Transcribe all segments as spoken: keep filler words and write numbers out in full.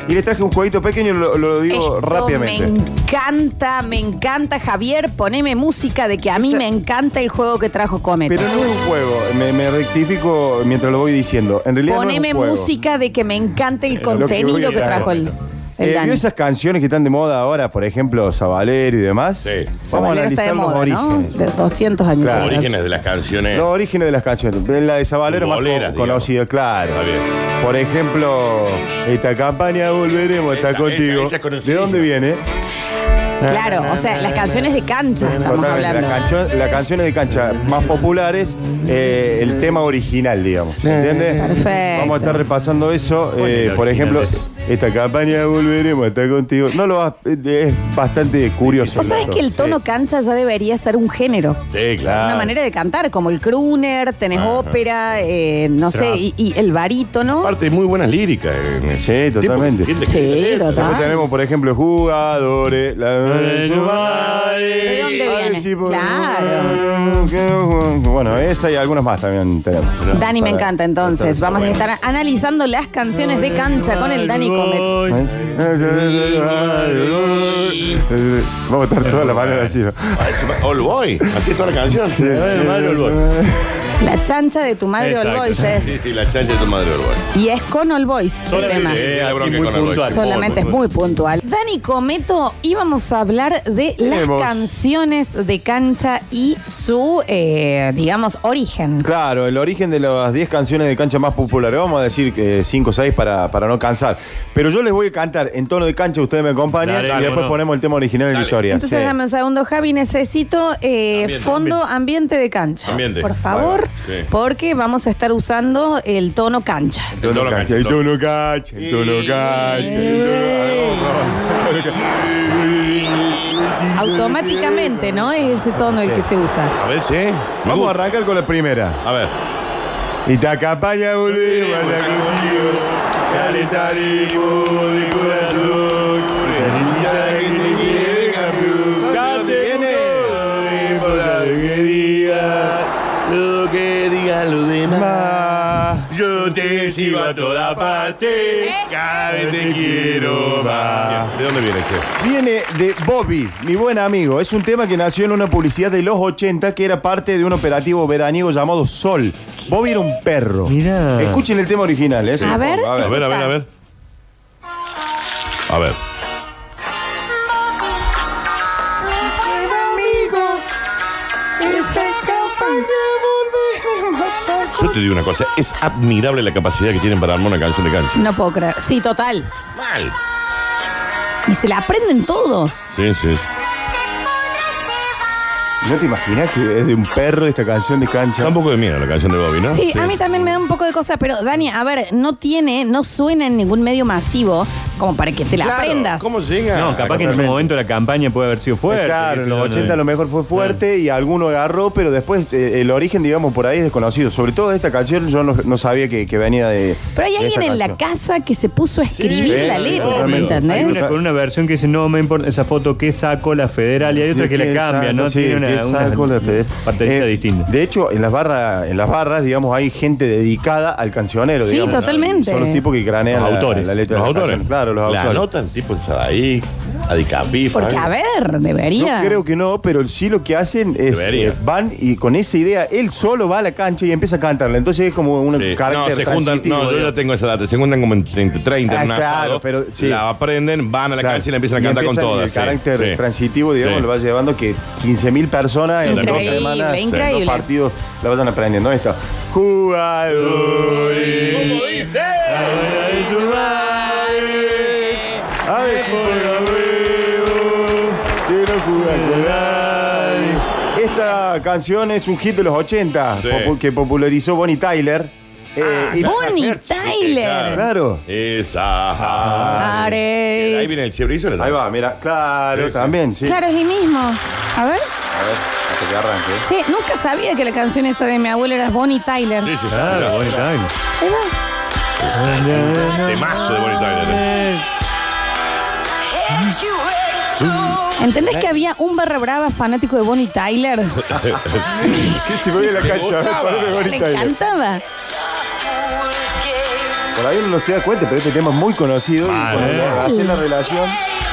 Y les traje un jueguito pequeño, lo, lo digo Esto rápidamente. Me encanta, me encanta, Javier. Poneme música de que a mí Esa... me encanta el juego que trajo Cometa. Pero no es un juego, me, me rectifico mientras lo voy diciendo. En realidad Poneme no es un juego. música de que me encanta el Lo que contenido voy que, a- trajo el, el Eh, Dani. ¿Vio esas canciones que están de moda ahora? Por ejemplo, Sabalero y demás. Sí. Vamos a Sabalero está analizar de los moda, ¿no? orígenes. De doscientos años. Claro. Los atrás. orígenes de las canciones. Los orígenes de las canciones. La de Sabalero más Futboleras, co- conocida, claro. Está bien. Por ejemplo, esta campaña volveremos a estar Esa- contigo. esa- esa es ¿De conocidísima. dónde viene? Claro, o sea, las canciones de cancha estamos Totalmente, hablando. Las, cancio- las canciones de cancha más populares, eh, el tema original, digamos. ¿Entiendes? Perfecto. Vamos a estar repasando eso. ¿Cuál es Eh, el por ejemplo, original esta campaña volveremos a estar contigo. No lo vas- es bastante curioso. Vos sabés dato. que el tono Sí. cancha ya debería ser un género. Sí, claro. Una manera de cantar, como el crooner, tenés Ajá. ópera, eh, no sé, Trap. y, y el barítono. Aparte, muy buenas líricas. en- Sí, Tipo, totalmente. siente que- Sí, total. Después tenemos, por ejemplo, jugadores. La... ¿De ¿De dónde viene? Claro. Bueno, esa y algunas más también tenemos. Dani me Para- encanta, entonces. Vamos a estar analizando las canciones de cancha con el Dani Comet. Vamos a estar toda la manera así, ¿no? All Boy. Así es toda la canción. Sí, Bueno, malo el gol. La chancha de tu madre All Exacto. Boys es. sí, la chancha de tu madre All Boy. Y es con All Boys el Solamente, tema. Sí, eh, la así bronca muy con el gol. puntual. Solamente es muy puntual. Dani Cometo, íbamos a hablar de las Tenemos. canciones de cancha y su, eh, digamos, origen. Claro, el origen de las diez canciones de cancha más populares. Vamos a decir que cinco o seis para, para no cansar. Pero yo les voy a cantar en tono de cancha, ustedes me acompañan Dale, y dale, después no. ponemos el tema original de la Dale. historia. Entonces, Sí. dame un segundo, Javi. Necesito eh, Ambiente, fondo ambiente. de cancha. Ambiente. Por favor, Bueno, sí. porque vamos a estar usando el tono cancha. El tono tono cancha, cancha, el tono cancha, el tono cancha, el tono cancha. Automáticamente, ¿no? Es ese tono el que se usa. A ver, sí. Vamos a arrancar con la primera. A ver. Y te campaña volvemos a estar contigo. Calentaremos de corazón. Escuchar a quien te quiere, campeón. ¿Dónde viene? Por la que diga, Lo que digan los demás. más. Yo te sigo a toda parte. Cada vez te quiero más. ¿De dónde viene ese? Viene de Bobby, mi buen amigo. Es un tema que nació en una publicidad de los ochenta que era parte de un operativo veraniego llamado Sol. Bobby era un perro. Mirá. Escuchen el tema original. ¿eh? Se A lo ver. pongo, A ver, a ver, a ver. A ver. Yo te digo una cosa, es admirable la capacidad que tienen para armar una canción de cancha. No puedo creer. Sí, total. Mal. Y se la aprenden todos. Sí, sí. ¿No te imaginas que es de un perro esta canción de cancha? Da un poco de miedo la canción de Bobby, ¿no? Sí, a mí también me da un poco de cosa, pero Dani, a ver, no tiene, no suena en ningún medio masivo como para que te la Claro, aprendas. ¿cómo llega? No, capaz que en su Totalmente. momento la campaña puede haber sido fuerte. Claro, qué en sé los yo, ochenta no- a lo mejor fue fuerte y alguno agarró, pero después eh, el origen, digamos, por ahí es desconocido. Sobre todo esta canción yo no, no sabía que, que venía de. Pero hay de alguien esta en la canción. casa que se puso a escribir Sí, la sí, letra, totalmente. ¿me Hay entendés? una con una versión que dice, no me importa esa foto que sacó la federal y hay otra Sí, que la que cambia, saco, ¿no? sí, Tiene que una, una saco la fe- partecita Eh, distinta. De hecho, en las barras, en las barras, digamos, hay gente dedicada al cancionero. Sí, digamos. totalmente. Son los tipos que cranean Los la, autores. la letra Los de la autores. canción. Claro, los La autores. anotan, tipo ahí, a Dicapí. Porque, a ver, Yo debería. creo que no, pero sí lo que hacen es Debería. eh, van y con esa idea él solo va a la cancha y empieza a cantarla. Entonces es como un Sí. carácter No, se juntan, transitivo, no, yo ya digamos. tengo esa data. Se juntan como entre treinta Ah, en un claro, asado, pero sí. la aprenden, van a la Claro. cancha y la empiezan a Y cantar con empiezan, todas. El sí, carácter sí. transitivo, digamos, Sí. lo va llevando que quince mil personas en dos Increíble, semanas, en increíble. dos partidos, la vayan aprendiendo. Ahí está. Jugadores. ¿Cómo dice? A ver si juega huevo, que no juega con nadie. Esta canción es un hit de los ochenta Sí. popu- que popularizó Bonnie Tyler. Eh, It's a Bonnie Heart. Tyler. Claro. Esa. Are. Ahí viene el chevrizo. Ahí va, mira. Claro, Sí, sí. también, sí. Claro, es el mismo. A ver. A ver, hasta que arranque. Che, nunca sabía que la canción esa de mi abuelo era Bonnie Tyler. Sí, sí, Claro, sí. Bonnie Tyler. Ahí va. Temazo de Bonnie Tyler. ¿eh? ¿Entendés que había un barra brava fanático de Bonnie Tyler? Que se voy a la Me cancha. gustaba. poneme Bonnie Le Tyler. encantaba. Por ahí uno no se da cuenta, pero este tema es muy conocido. Mal, y cuando eh. hace la relación.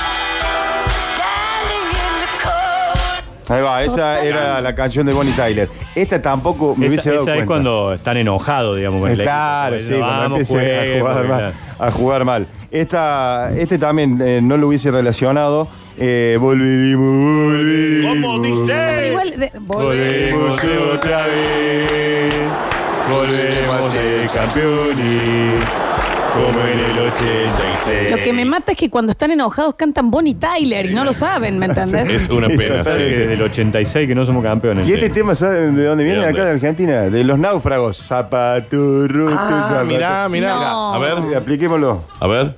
Ahí va, esa era la canción de Bonnie Tyler. Esta tampoco me Esa, hubiese dado esa cuenta. es cuando están enojados, digamos, con el Claro, equipo. sí, cuando Vamos, empiece a juguemos, jugar, mal, claro. a jugar mal. Esta, este también eh, no lo hubiese relacionado. Eh, volveremos, volveremos. ¿Cómo dice? Igual, de- Volvemos otra vez, volvemos a ser campeones, como en el ochenta y seis. Lo que me mata es que cuando están enojados cantan Bonnie Tyler y no lo saben, ¿me entendés? Es una pena, Parece que sí. desde el ochenta y seis que no somos campeones. Y este tema, ¿saben de dónde viene? ¿De De acá, dónde? de Argentina. De los náufragos. Zapato roto, Ah, zapato. mirá, mirá. No. A ver, Apliquémoslo. a ver.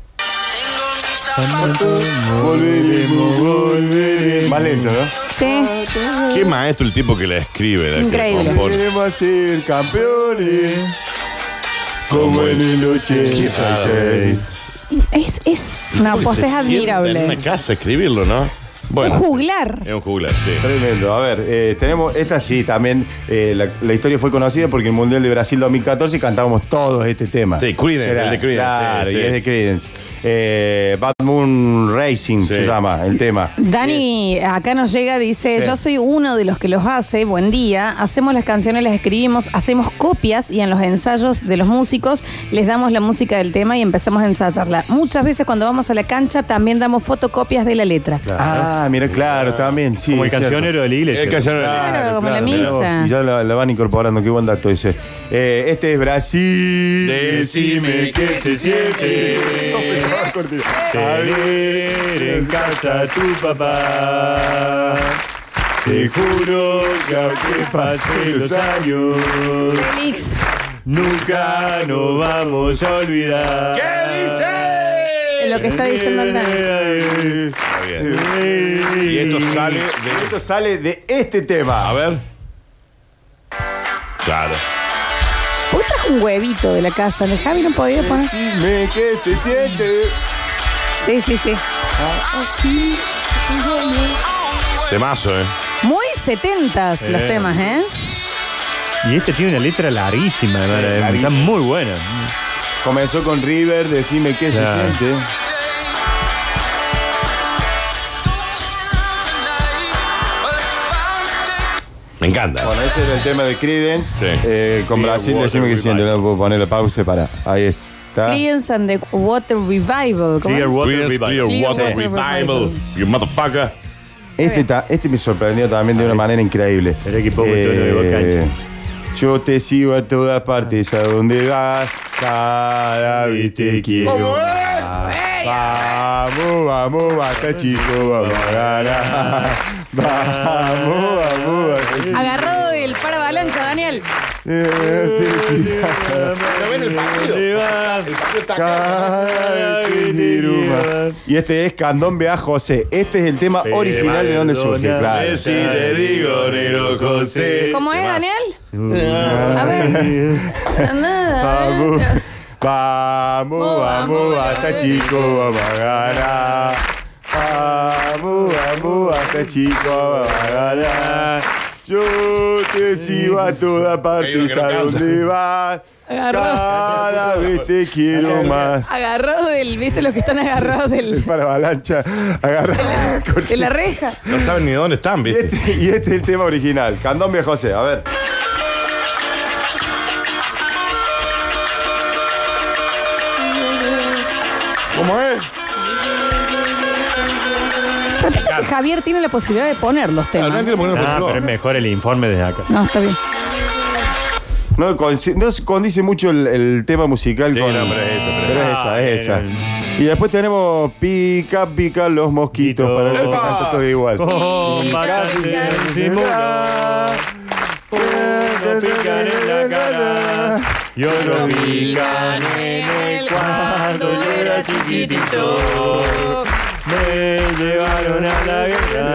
Volveremos, volveremos. Más lento, ¿no? Sí. Qué maestro el tipo que la escribe. la que la Increíble. compone. Volveremos a ser campeones. Como en el ochenta y seis. Es, es, no, Uy, posta se es sienta en admirable. una casa a escribirlo, ¿no? Bueno. Un juglar. Es un juglar, sí. Tremendo. A ver, eh, tenemos esta sí, también eh, la, la historia fue conocida porque en el Mundial de Brasil dos mil catorce cantábamos todos este tema. Sí, Creedence, Era- el de Creedence, Claro, sí, y sí. es de Creedence. Eh, Bad Moon Racing Sí. se llama el tema. Dani acá nos llega, dice, Sí. yo soy uno de los que los hace, buen día, hacemos las canciones, las escribimos, hacemos copias y en los ensayos de los músicos les damos la música del tema y empezamos a ensayarla. Muchas veces cuando vamos a la cancha también damos fotocopias de la letra. Ah, mira, claro, también, sí. Como el cierto. cancionero de la iglesia. El cancionero de la iglesia. Claro, como la mira misa. vos, y ya la, la van incorporando, qué buen dato ese. Eh, este es Brasil. Decime qué se siente. Tener en casa a tu papá. Te juro que aunque pasen los años, Félix, nunca nos vamos a olvidar. ¿Qué dice? lo que está diciendo el Dani. Está bien. Y esto sale de... Esto sale de este tema. A ver. Claro. ¿Por qué trajo un huevito de la casa? ¿De Javi no podía poner? Decime qué se siente. Sí, sí, sí. Temazo, ¿eh? Muy setentas los Sí. temas, ¿eh? Y este tiene una letra larguísima, hermano, está larguísima. muy buena. Comenzó con River, decime qué Claro. se siente. Me encanta. Bueno, ese es el tema de Creedence. Sí. Eh, con Clear Brasil, Water decime qué se siente. Revival. No puedo poner la pausa para. Ahí está. Creedence and the Water Revival. ¿Cómo Clear es? Water Creedence Revival. Clear Clear Water Water Revival. You motherfucker. Este, ta- este me sorprendió también de una manera increíble. El equipo que estuvo en el cancha. Yo te sigo a todas partes, a donde vas, cada vez te quiero. ¿Cómo es? más. Vamos, vamos, basta chico, vamos a ganar. Vamos, vamos, basta chico. Agarrado del paravalancha, Daniel. Eh, te sigo ¿No ven el partido? El partido está acá. cada vez te quiero más. Y este es Candombe a José. Este es el tema Pero original de donde surge, perdona. claro. Eh, Si te digo, negro José. ¿Cómo es, Temazo. Daniel? A ver. Nada. Vamos, vamos, vamos, hasta chico, vamos a ganar. Vamos, vamos, hasta chico, vamos a ganar. Yo te sigo a todas Hay uno partes, que no a canta. donde vas. Agarrado. Cada vez te quiero más. Agarrado del, ¿viste los que están agarrados del, Para avalancha, agarra. de la reja? No saben ni dónde están, Y ¿viste? este, y este es el tema original. Candombe a José, a ver. ¿Cómo es? Repito que Javier tiene la posibilidad de poner los Claro, no temas. entiendo por qué no Ah, puso pero es mejor el informe desde acá. No, está bien. No, conci- no se condice mucho el, el tema musical Sí, con. no, pero es esa, pero pero es es esa, es esa. esa. Y después tenemos pica, pica los mosquitos. Mosquitos. Para que ¡Epa! canta todo igual. Oh, matarse en simulo. Uno pican en la cara y otro pican en el cuando yo era chiquitito. Me llevaron a la guerra.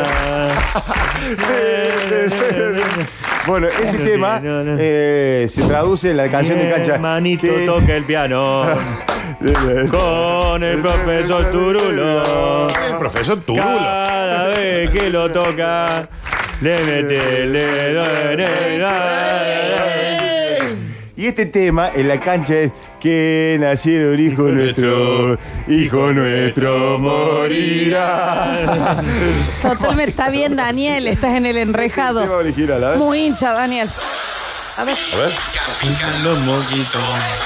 Bueno, ese tema eh, se traduce en la canción de cancha. Manito que- toca el piano con el profesor Turulo. El profesor Turulo. Cada vez que lo toca, le mete el dedo en el... Y este tema en la cancha es que nacieron hijo nuestro, hijo nuestro morirá. Totalmente, está bien, Daniel, estás en el enrejado. Tema original, a ver. Muy hincha, Daniel. A ver. A ver. Los moquitos.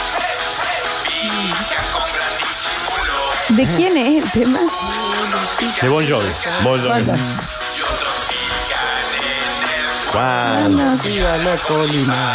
¿De quién es el tema? De Bon Jovi. Bon Jovi. Vaya. Juan. Iba a la colina.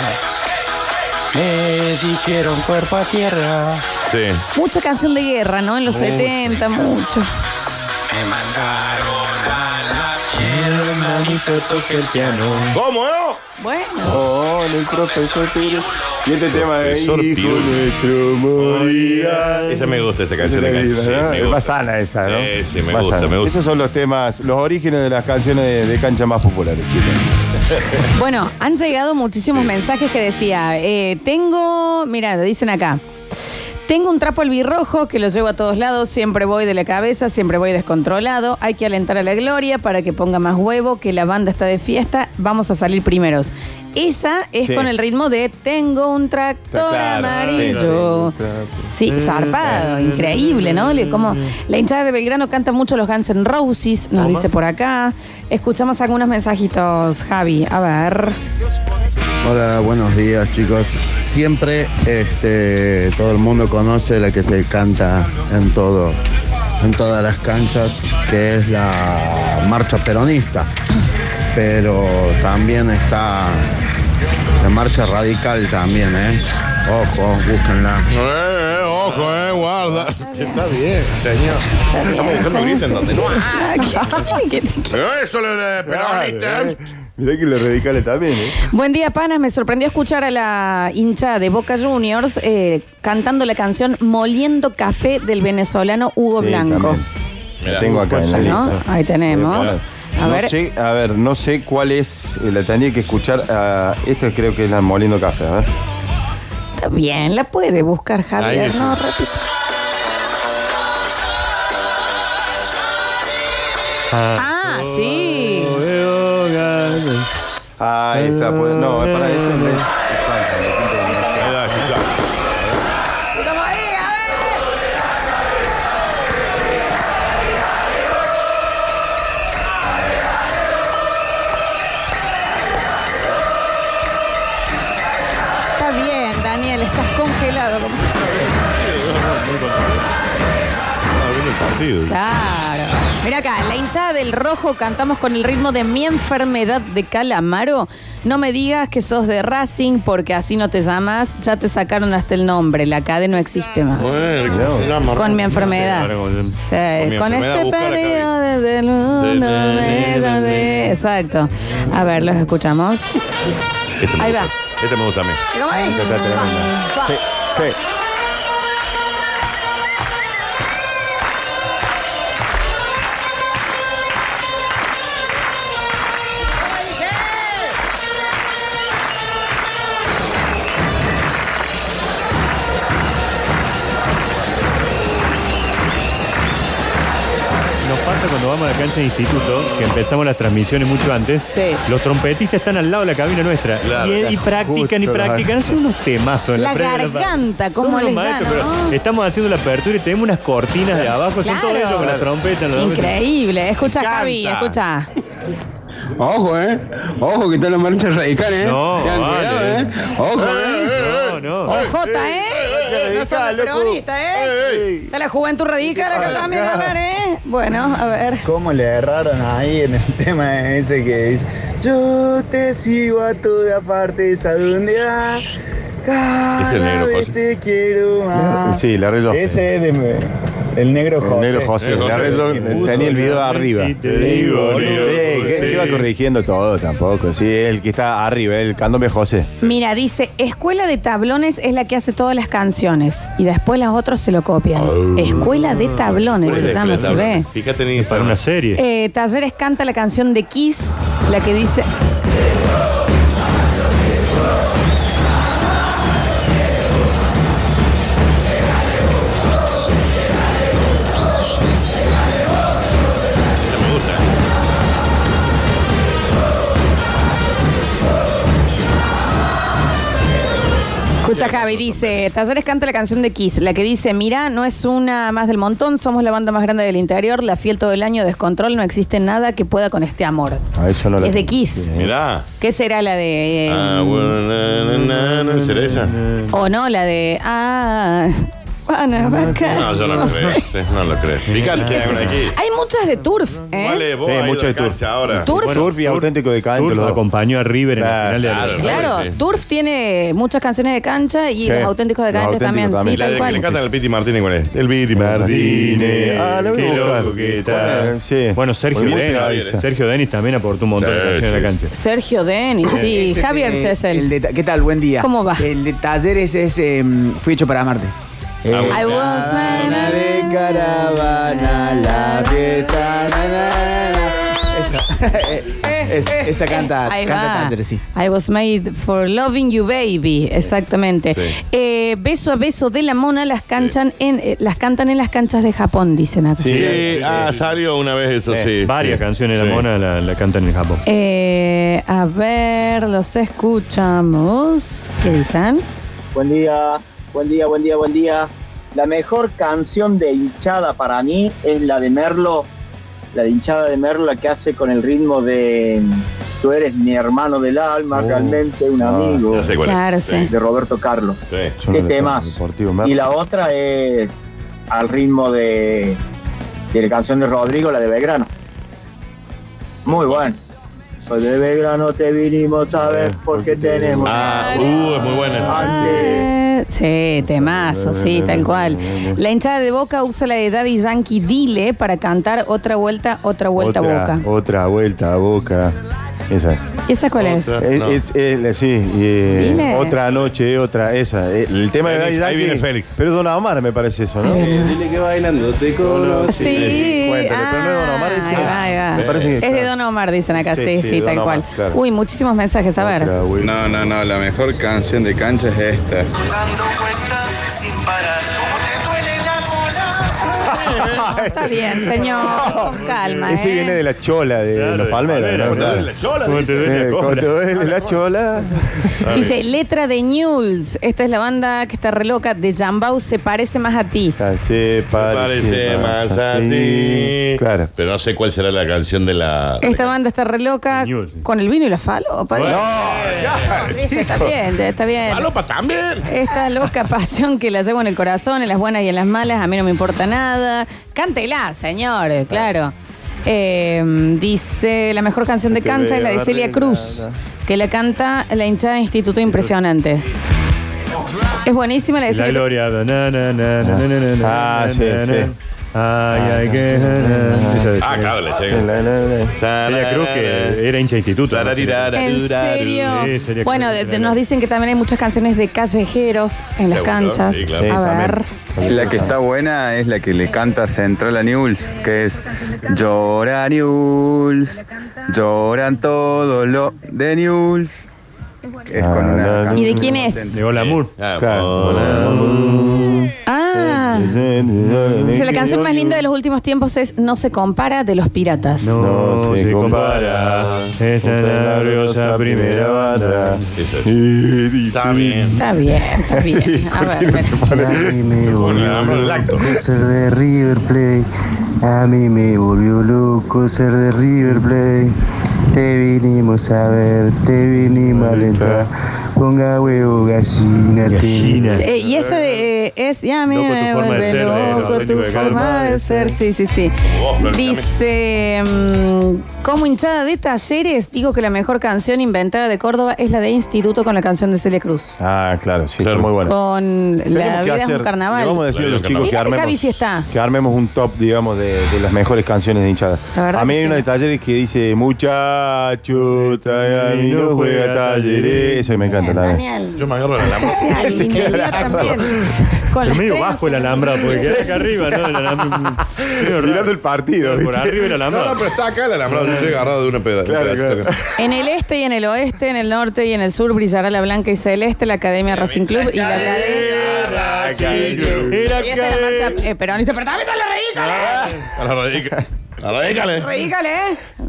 Me dijeron cuerpo a tierra. Sí. Mucha canción de guerra, ¿no? En los Mucho. setenta, mucho. Me mandaron a la tierra. Manito toque el piano. ¿Cómo, eh? Bueno. Oh, el profesor Pires. Y este tema es hijo Profesor Pires. nuestro morirá. Esa me gusta, esa canción Esa de es cancha. Sí, linda, ¿no? me Es gusta. más sana esa, ¿no? Sí, sí, me Más gusta, sana. me gusta. Esos son los temas, los orígenes de las canciones de, de cancha más populares, chicos. Bueno, han llegado muchísimos Sí. mensajes que decía, eh, tengo, mira, dicen acá, tengo un trapo albirrojo que lo llevo a todos lados, siempre voy de la cabeza, siempre voy descontrolado, hay que alentar a la gloria para que ponga más huevo, que la banda está de fiesta, vamos a salir primeros. Esa es Sí. con el ritmo de tengo un tractor Claro, amarillo. sí. Sí, zarpado, increíble, ¿no? Le- Como la hinchada de Belgrano canta mucho los Guns N' Roses, nos Toma. dice por acá. Escuchamos algunos mensajitos, Javi, a ver. Hola, buenos días chicos. Siempre este, todo el mundo conoce la que se canta en todo, en todas las canchas, que es la marcha peronista. Pero también está la marcha radical también, ¿eh? Ojo, búsquenla. Eh, ojo, eh, guarda. Está bien, señor. Estamos buscando grita en donde no hay. Pero eso lo de peronista. Claro, eh. Mirá que los radicales también, ¿eh? Buen día, panas. Me sorprendió escuchar a la hincha de Boca Juniors eh, cantando la canción Moliendo Café del venezolano Hugo Sí, Blanco. también. Mirá. La tengo acá en la ¿No? lista. Ahí tenemos. Claro. A no ver. Sé, a ver, no sé cuál es, eh, la tendría que escuchar. ah, esto creo que es la Moliendo Café, a ver. Está bien, la puede buscar Javier, Ahí sí. ¿no? Repito. Ah, sí. Ah, ahí está, pues, no, es para eso. No es, exacto, le quito una- Ahí va, escuchá. Estamos ahí, a ver. Está bien, Daniel, estás congelado. como- Ah, viene el partido. Claro. Mira acá, la hinchada del rojo cantamos con el ritmo de Mi enfermedad de Calamaro. No me digas que sos de Racing porque así no te llamas. Ya te sacaron hasta el nombre. La C A D E no existe más. Bueno, ¿cómo se llama? Con mi enfermedad. Ahora como- Sí, Con mi con enfermedad, este buscar acá, pedido desde el mundo de la de- Exacto. A ver, los escuchamos. Este me Ahí gusta. va. Este me gusta a mí. ¿Cómo es? Esta está tremenda. Va, va. Sí, sí. Nos pasa cuando vamos a la cancha de instituto, que empezamos las transmisiones mucho antes. Sí. Los trompetistas están al lado de la cabina nuestra. Claro. y, y practican y Justo, practican. Son unos temazos. en La previa de garganta, Son cómo unos les da, maestros, ¿no? pero estamos haciendo la apertura y tenemos unas cortinas de abajo. Son Claro. todos ellos con las trompetas. los- Increíble. Escucha, Me Javi, encanta. escucha. Ojo, eh. Ojo que está la marcha radical, eh. No, Ten cuidado, vale. eh. Ojo, eh. No, no. Ojota, ¿eh? No son los peronistas, ¿eh? Está la juventud radical acá también, a ver, ¿eh? Bueno, a ver. ¿Cómo le erraron ahí en el tema ese que dice yo te sigo a toda parte esa donde va? Es el negro, Cada vez José. te quiero más. Sí, la arregló. Ese es de, el negro El José. negro José. Negro Le José. arregló, Que puso tenía el video arriba. Sí, te digo, Sí, boludo, que, sí. que iba corrigiendo todo tampoco. Sí, el que está arriba, el candombe José. Mira, dice, Escuela de Tablones es la que hace todas las canciones y después los otros se lo copian. Escuela de Tablones se llama, se ve. Fíjate en Para Instagram. una serie. Eh, Talleres canta la canción de Kiss, la que dice... Este me gusta. Escucha, Javi, dice, Talleres canta la canción de Kiss, la que dice, mirá, no es una más del montón, somos la banda más grande del interior, la fiel todo el año, Descontrol, no existe nada que pueda con este amor. A eso no la Es de Kiss. Mirá. ¿Qué será la de...? Eh, Ah, bueno, na, na, na, na, ¿será esa? o no, la de... Ah... Pana, vaca. No, yo no lo creo. Sí, no lo creo. Fíjate, ¿Qué sé yo? aquí. Hay muchas de Turf, ¿eh? Vale, vos Sí, has ido mucho a de la cancha ahora. Turf. Surf y auténtico de cancha. Turf los dos. acompañó a River Claro, en la final claro. de Claro, Sí. Turf tiene muchas canciones de cancha y Sí. los auténticos de Los cancha auténticos también. también. Sí, La tal de que le cual. cantan al Piti Martínez, ¿cuál es? El Piti Martínez. Ah, la voy a Qué buscar. loco que está. Bueno, sí. Bueno, Sergio Muy Denis. bien, eh. Sergio Denis también aportó un montón Sí, de canciones sí. en la cancha. Sergio Denis, sí. Ese, Javier eh, Chesel. el de ta- ¿Qué tal? Buen día. ¿Cómo va? El de Talleres es eh, Fui hecho para amarte. Eh, I was caravana de caravana, la fiesta. Na, na, na. Esa, es- esa canta, Ahí canta va. Talleres, sí. I was made for loving you, baby. Exactamente. Sí. Eh, beso a beso de la mona las canchan en eh, las cantan en las canchas de Japón, dicen acá. Sí. Sí, ah, salió una vez eso, sí. Varias sí. canciones de Sí. la mona la, la cantan en Japón. Eh, a ver, los escuchamos. ¿Qué dicen? Buen día, buen día, buen día, buen día. La mejor canción de hinchada para mí es la de Merlo, la de hinchada de Merlo, la que hace con el ritmo de Tú eres mi hermano del alma, Oh. realmente un Ah, amigo, Ya sé cuál es. Claro, sí. de Roberto Carlos. Sí. Yo Qué no le temas. canto Deportivo Merlo. Y la otra es al ritmo de, de la canción de Rodrigo, la de Belgrano. Muy bueno. Soy de Belgrano, te vinimos a ver porque tenemos... Ah, uh, es muy buena esa. Antes. Eh, Sí, temazo, sí, tal cual. La hinchada de Boca usa la de Daddy Yankee Dile para cantar otra vuelta, otra vuelta otra, a Boca. Otra vuelta a Boca. Esa es. ¿Y esa cuál es? Otra. Es- No. es- es- sí, y, eh, Dile. otra noche, otra, esa. Eh, El tema de Ahí- Daddy ahí Yankee. viene Félix. Pero es Don Omar, me parece eso, ¿no? Dile que bailando te conocí. Sí, Bueno, pero- pero no es Don Omar, ah, ese. ahí va, ahí va. Me parece que- Es de Don Omar, dicen acá, sí, Sí, sí, sí, tal Don cual. Omar, claro. Uy, muchísimos mensajes, a ver. Otra vuelta. No, no, no, la mejor canción de cancha es esta. Está bien, señor, con calma, Ese ¿eh? viene de la chola de Claro, los de Palmeras, Palmeras, ¿no? Claro. La chola, Como dice. te duele la Eh, cola. Cuando te duele la chola. Dice, letra de Newell's. Esta es la banda que está re loca. De Jambau se parece más a ti. Se Parece más a ti. Claro. Pero no sé cuál será la canción de la. Esta banda está re loca De Newell's, sí. con el vino y la falopa. Bueno. Viste, está bien, está bien. ¡Palopa también! Esta loca pasión que la llevo en el corazón, en las buenas y en las malas, a mí no me importa nada. Cántela, señor, claro. Eh, dice, la mejor canción de Te cancha es la de veo Celia Cruz, arreglada. que la canta la hinchada de Instituto Impresionante. Es buenísima la de La Celia Cruz. gloria. Na, na, na, na, na, na, na, Ah, na, sí, na, sí. na. Ay, ay, que. na, na. Esa de- Ah, claro, le La, llega. la, la. Celia Cruz, que era hincha de instituto. ¿no? ¿En serio? Sí, Celia Bueno, Cruz, de- claro. nos dicen que también hay muchas canciones de callejeros en las Seguro, canchas. sí, claro. Sí, A ver. también. La que está buena es la que le canta Central a Newell's, que es Llora Newell's, lloran todo lo de Newell's. Es con Ah, una la- canción ¿Y de quién es? De Hola Moore. Ah, Claro. bueno. Ah. Dice, la canción más linda de los últimos tiempos es No se compara de los piratas. No, No se, se compara. compara. Esta nerviosa primera banda. Esa es. Está bien. Está bien, está bien. A ver, espera. A mí me Con el hambre del acto. ser de River Plate. A mí me volvió loco ser de River Plate. Te vinimos a ver, te vinimos a alentar. Ponga huevo, gallina, Gallina. Eh, y esa de, eh, es, ya me Loco tu forma de vuelve ser, de los loco tu Atléticos de forma Cádiz. de ser. Sí, sí, sí. vos, Flor, Dice, mm, como hinchada de talleres, digo que la mejor canción inventada de Córdoba es la de Instituto con la canción de Celia Cruz. Ah, claro, sí, Claro. son muy buenas. Con Tenemos La que vida es hacer- un carnaval. le Vamos a decir a La los vida chicos es un que carnaval. armemos, Gaby sí está. que armemos un top, digamos, de, de las mejores canciones de hinchada. La verdad A mí que hay sí. una de talleres que dice, muchacho, trae a mí, no juega talleres. Eso me encanta también. Daniel. Yo me agarro la lámpara. Sí, al individual también. Con Es las medio trenzas. bajo el alambrado, porque queda acá arriba, ¿no? El alambrado. Medio raro. Mirando el partido, Por ¿viste? arriba el No, no, alambrado. pero está acá el alambrado. Yo estoy agarrado de una peda. un Claro, pedacito. claro. En el este y en el oeste, en el norte y en el sur brillará la blanca y celeste, la Academia Racing Club y la Academia Racing Club. Era Y esa es la marcha eh, peronista, pero también está la radícale. A la radica. A la radícale. Radícale, ¿eh?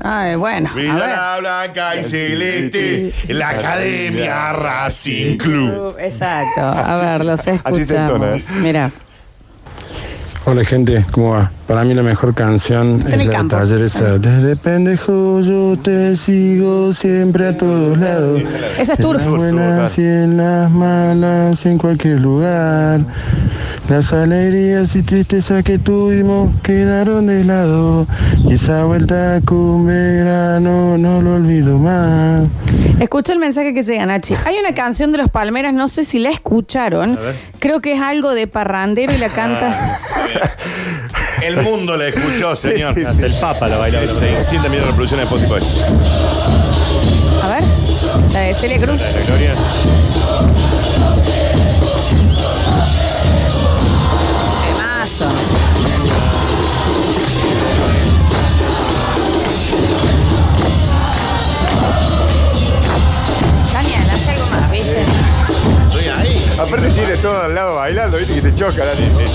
Ay, bueno. Villa Blanca y Celeste, la Academia Racing Club. Exacto. A ver, los Así se entona, ¿eh? escuchamos. Mira. Hola gente, ¿cómo va? Para mí la mejor canción en es el la de campo. Taller esa. Desde pendejo yo te sigo siempre a todos lados. Esa es En Turf. las buenas y en las malas, en cualquier lugar. Las alegrías y tristezas que tuvimos quedaron de lado. Y esa vuelta con verano no lo olvido más. Escucha el mensaje que llega, Nachi. Hay una canción de Los Palmeras, no sé si la escucharon. Creo que es algo de parrandero y la canta. El mundo le escuchó, señor. Sí, sí, Hasta el Papa lo bailó. seiscientos millones de reproducciones de Spotify. A ver, la de Celia Cruz. La Gloria. Temazo. Daniel, hace algo más, ¿viste? Estoy ahí. Aparte tienes todo al lado bailando, viste que te choca la Sí, sí,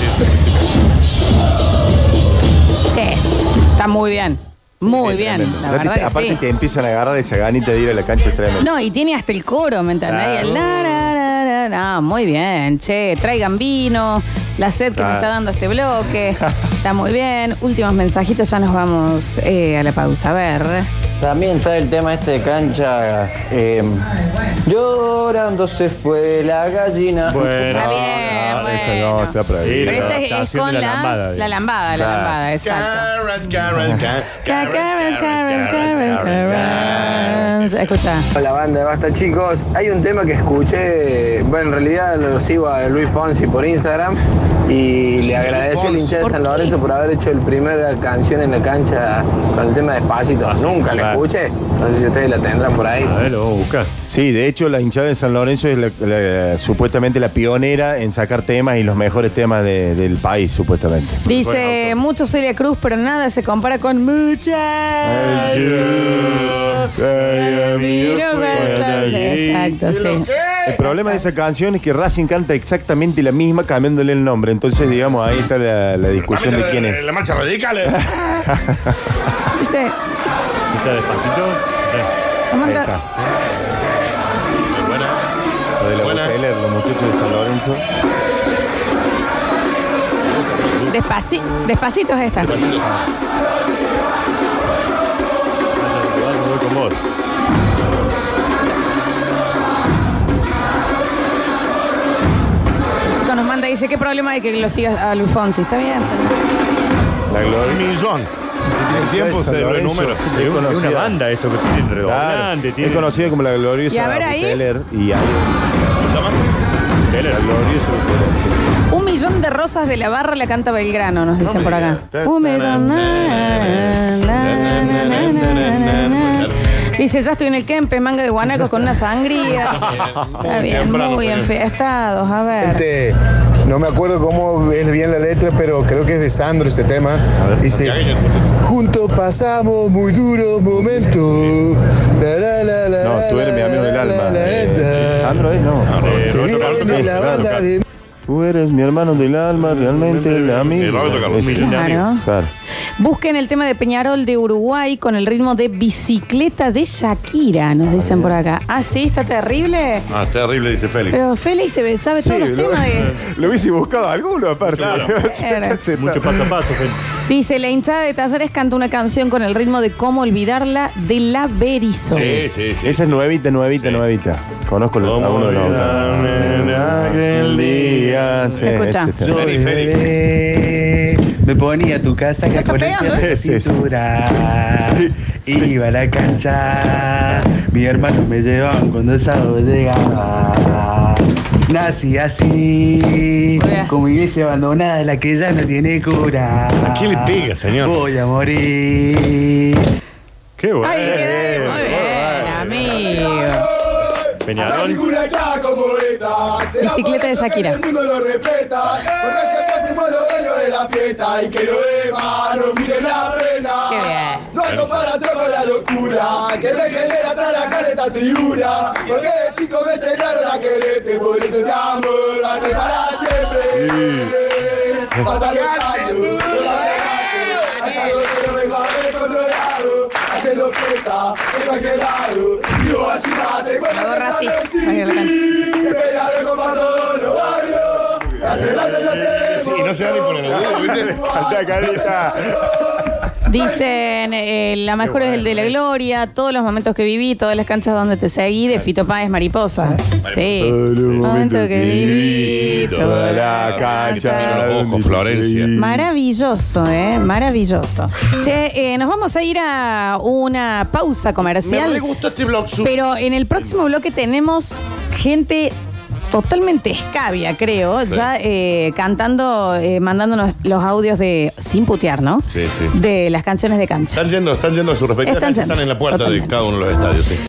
sí. Che, está muy bien. Muy bien, la Aparte- verdad que Aparte sí. te empiezan a agarrar esa ganita de ir a la cancha tremenda. No, y tiene hasta el coro, ¿me entendés? Claro. Y el la, la, la, la, la. Muy bien, che, traigan vino, la sed que Claro. me está dando este bloque. Está muy bien. Últimos mensajitos, ya nos vamos eh, a la pausa. A ver. También está el tema este de cancha. eh, llorando se fue la gallina. Bueno. Está bien, no, bueno. eso no, está Sí, prohibido. Pero ese es adaptación con de la, la lambada, la digamos. lambada, la Claro. lambada, exacto. Carras, carras, carras, Carras, carras, carras, carras. carras. Escucha. Hola banda, basta chicos. Hay un tema que escuché, bueno, en realidad lo sigo a Luis Fonsi por Instagram y le agradecí al hincha de San Lorenzo por haber hecho el primer canción en la cancha con el tema Despacito. Nunca la Claro. escuché, no sé si ustedes la tendrán por ahí. A ver, lo vamos a buscar. Sí, de hecho la hinchada de San Lorenzo es la- la- supuestamente la pionera en sacar temas y los mejores temas de- del país, supuestamente. Dice mucho Celia Cruz, pero nada se compara con muchas. Exacto, sí. El problema de esa canción es que Racing canta exactamente la misma cambiándole el nombre. Entonces, digamos, ahí está la, la discusión de quién es. La marcha radical. eh. Dice, ¿Está despacito? Eh. Samantha, Ahí está. Buena. Lo de la Buena. Buteler, los muchachos de San Lorenzo. despaci- despacito es esta. Voy con vos. El chico nos manda y dice, ¿qué problema hay que lo sigas a Luis Fonsi? Está bien. La Gloria. Un millón. El tiempo se debe el número. Es una, es una banda esto que tiene Claro, redoblante, tiene. es conocida como la gloriosa Y a ver ahí. Buteler. Y hay Taylor. la gloriosa Buteler. Un millón de rosas de la barra la canta Belgrano, nos dicen por acá. digas. Un millón. na, na, na, na, na, na, na. Dice, ya estoy en el Kempes, manga de guanacos con una sangría. Está bien, temprano, muy señor. enfiestados. A ver. Este, no me acuerdo cómo es bien la letra, pero creo que es de Sandro ese tema. Dice, juntos pasamos muy duros momentos. La, la, la, la, No, tú eres mi amigo del la, alma. la, la, Eh, la. Sandro es, no. Eh, Se Roberto Carlos, viene la claro, banda claro. de... Tú eres mi hermano del alma, realmente el Y amigo. Roberto Carlos. Ese. millón de Claro. amigos. Claro. Busquen el tema de Peñarol de Uruguay con el ritmo de Bicicleta de Shakira, nos dicen por acá. Ah, sí, está terrible. Ah, terrible, dice Félix. Pero Félix se sabe todos los lo, temas de... lo hubiese buscado alguno aparte. Claro. Se- Mucho paso a paso, Félix. Dice, la hinchada de Talleres canta una canción con el ritmo de Cómo olvidarla de la Berizo. Sí, sí, sí. Esa es nuevita, nuevita, Sí. nuevita. Conozco los, a ¿Cómo uno de los olvidarme de aquel día. Sí, Escucha. ese Yo tema. Félix, Félix. bebé, me ponía tu Ya casaca está con el pegando, pie ¿eh? de Sí, sí. cintura. Iba a la cancha, mi hermano me llevaban cuando el sábado llegaba. Nací así, Hola. como iglesia abandonada, la que ya no tiene cura. ¿A quién le pega, señor? Voy a morir. Qué bueno. Ay, quedé muy bien, amigo. Peñarol. Bicicleta de Shakira. El mundo lo respeta, porque siempre fuimos los dueños de la fiesta y que los demás no miren la pena. Qué bien. No hay comparación con la locura que me genera trabajar esta tribuna, porque de chico me enseñaron a quererte, por eso mi amor va a ser para siempre. Pasan los años, yo la regato, hasta los que no me va descontrolado, haciendo locura, en cualquier lado. Yo así mate con La gorra así, ahí en la cancha. Esperaré con para todos los barrios. Hace rato ya sé. Sí, no se da ni por el dedo, ¿viste? Canta, carita. Dicen, eh, la mejor es el de la gloria, todos los momentos que viví, todas las canchas donde te seguí, de Fito Páez, Mariposa. Sí. Todos los momentos que viví, toda la cancha. Los ojos, Florencia. Maravilloso, ¿eh? Maravilloso. Che, eh, nos vamos a ir a una pausa comercial. Me re gustó este blog. Su- Pero en el próximo bloque tenemos gente totalmente escabia, creo, Sí. ya eh, cantando, eh, mandándonos los audios de, sin putear, ¿no? Sí, sí. De las canciones de cancha. Están yendo, están yendo a sus respectivas Están canchas, yendo, están en la puerta totalmente. de cada uno de los estadios, sí.